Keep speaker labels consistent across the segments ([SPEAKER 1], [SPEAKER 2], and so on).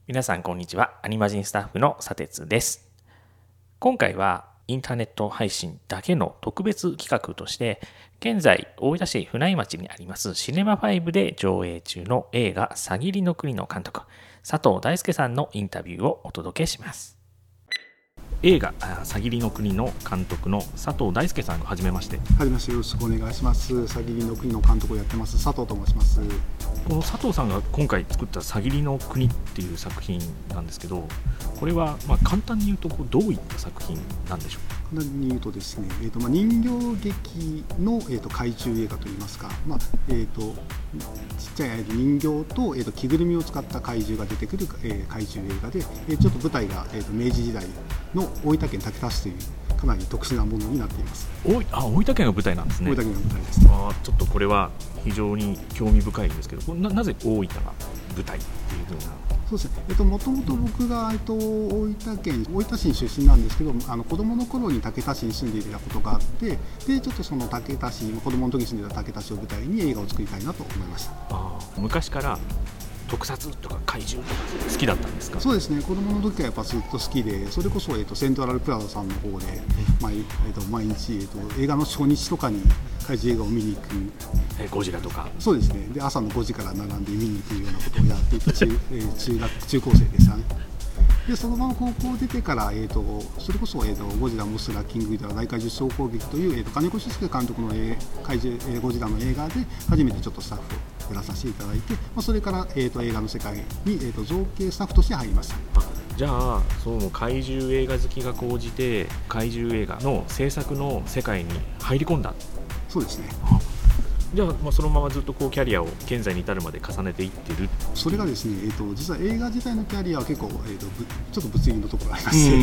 [SPEAKER 1] 皆さんこんにちは。アニマジンスタッフの佐哲です。今回はインターネット配信だけの特別企画として、現在大分市府内町にありますシネマ5で上映中の映画さぎりの国の監督、佐藤大輔さんのインタビューをお届けします。映画さぎりの国の監督の佐藤大輔さんがはじめまして。
[SPEAKER 2] はじめまして、よろしくお願いします。さぎりの国の監督をやってます佐藤と申します。
[SPEAKER 1] この佐藤さんが今回作ったさぎりの国っていう作品なんですけど、これは簡単に言うとどういった作品なんでしょうか。
[SPEAKER 2] 簡単に言うとですね、人形劇の、怪獣映画といいますか、ちっちゃい人形と、着ぐるみを使った怪獣が出てくる、怪獣映画で、ちょっと舞台が、明治時代の大分県竹田市というかなり特殊なものになっています。
[SPEAKER 1] 大分県が舞台なんですね。
[SPEAKER 2] 大分県が舞台ですね。
[SPEAKER 1] ちょっとこれは非常に興味深いんですけど、なぜ大分が舞台っていう風な。
[SPEAKER 2] そうですね、もともと僕が、大分市に出身なんですけど、子供の頃に竹田市に住んでいたことがあって、でちょっとその竹田市、子供の時に住んでいた竹田市を舞台に映画を作りたいなと思いました。
[SPEAKER 1] 昔から特撮とか怪獣とか好きだったんですか。
[SPEAKER 2] そうですね、子供の時はやっぱずっと好きで、それこそ、セントラルプラザさんの方で、毎日、映画の初日とかに怪獣映画を見に行く、
[SPEAKER 1] ゴジラとか。
[SPEAKER 2] そうですね、で朝の5時から並んで見に行くようなことをやっていた中高生でしたね。でそのまま高校出てから、それこそ、ゴジラモスラキングギドラ大怪獣総攻撃という、金子俊介監督の、怪獣、ゴジラの映画で初めてちょっとスタッフをやらさせていただいて、それから、映画の世界に、造形スタッフとして入りました。
[SPEAKER 1] じゃあそう怪獣映画好きが高じて怪獣映画の制作の世界に入り込んだ。
[SPEAKER 2] そうですね。
[SPEAKER 1] じゃあ、そのままずっとキャリアを現在に至るまで重ねていってる。
[SPEAKER 2] それがですね、実は映画自体のキャリアは結構、ちょっと物理のところがありまして、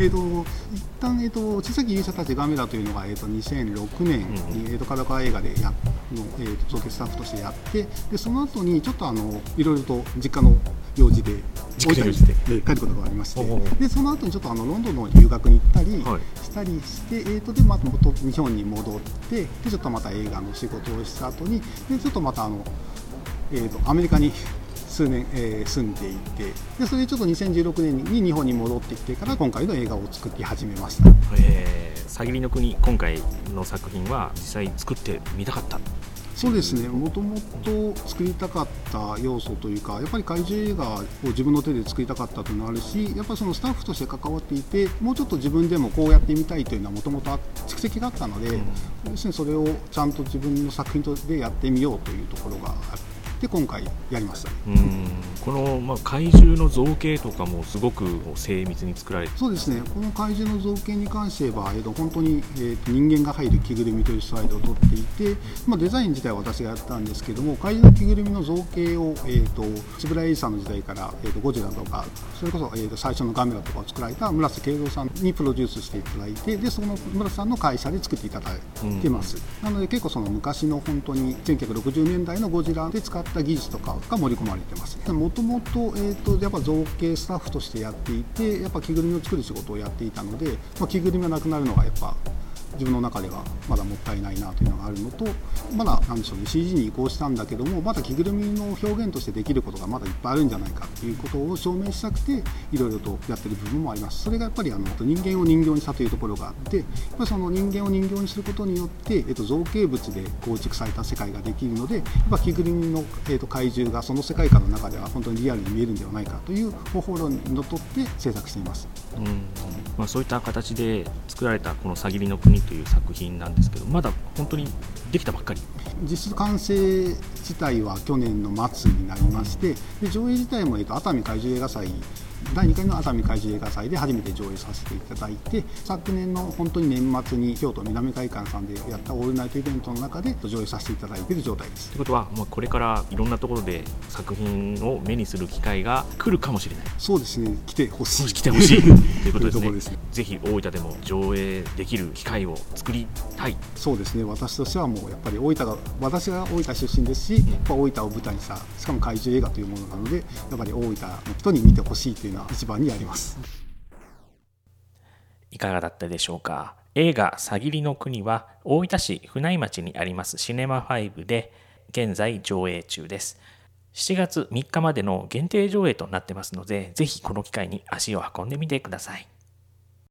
[SPEAKER 2] 一旦、小さき勇者たちガメラというのが、2006年に、角川映画で造形スタッフとしてやって、でその後にちょっといろいろと実家の用事で帰ることがありまして、でその後にちょっとロンドンの留学に行ったりしたりして、で日本に戻って、でちょっとまた映画の仕事をした後に、でちょっとまたアメリカに数年、住んでいて、でそれでちょっと2016年に日本に戻ってきてから今回の映画を作り始めました。
[SPEAKER 1] さぎりの国、今回の作品は実際作ってみたかった。
[SPEAKER 2] そうですね、もともと作りたかった要素というか、やっぱり怪獣映画を自分の手で作りたかったというのがあるし、やっぱりそのスタッフとして関わっていて、もうちょっと自分でもこうやってみたいというのはもともと蓄積があったので、要するにそれをちゃんと自分の作品でやってみようというところがあって、今回やりました。
[SPEAKER 1] この、怪獣の造形とかもすごく精密に作られて。
[SPEAKER 2] そうですね、この怪獣の造形に関して言えば、本当に、人間が入る着ぐるみというスタイルをとっていて、デザイン自体は私がやったんですけども、怪獣の着ぐるみの造形を、円谷英二さんの時代から、ゴジラとか、それこそ、最初のガメラとかを作られた村瀬慶三さんにプロデュースしていただいて、でその村瀬さんの会社で作っていただいてます。なので結構その昔の本当に1960年代のゴジラで使った技術とかが盛り込まれてます。もともとやっぱ造形スタッフとしてやっていて、やっぱ着ぐるみを作る仕事をやっていたので、着ぐるみがなくなるのがやっぱ自分の中ではまだもったいないなというのがあるのと、まだなんでしょうね、CG に移行したんだけども、まだ着ぐるみの表現としてできることがまだいっぱいあるんじゃないかということを証明したくて、いろいろとやってる部分もあります。それがやっぱり人間を人形にしたというところがあって、やっぱりその人間を人形にすることによって、造形物で構築された世界ができるので、やっぱ着ぐるみの、怪獣がその世界観の中では本当にリアルに見えるんではないかという方法論にのっとって制作しています。
[SPEAKER 1] そういった形で作られたこのさぎりの国という作品なんですけど、まだ本当にできたばっかり。
[SPEAKER 2] 実質完成自体は去年の末になりまして、で上映自体も、熱海怪獣映画祭、第2回の熱海怪獣映画祭で初めて上映させていただいて、昨年の本当に年末に京都南会館さんでやったオールナイトイベントの中で上映させていただいている状態です。
[SPEAKER 1] ということは、これからいろんなところで作品を目にする機会が来るかもしれない。
[SPEAKER 2] そうですね、来てほしい
[SPEAKER 1] ということですね。ぜひ大分でも上映できる機会を作りたい。
[SPEAKER 2] そうですね、私としてはもうやっぱり私が大分出身ですし、やっぱ大分を舞台にした、しかも怪獣映画というものなので、やっぱり大分の人に見てほしいというのは一番にあります。
[SPEAKER 1] いかがだったでしょうか。映画さぎりの国は大分市府内町にありますシネマ5で現在上映中です。 7月3日までの限定上映となってますので、ぜひこの機会に足を運んでみてください。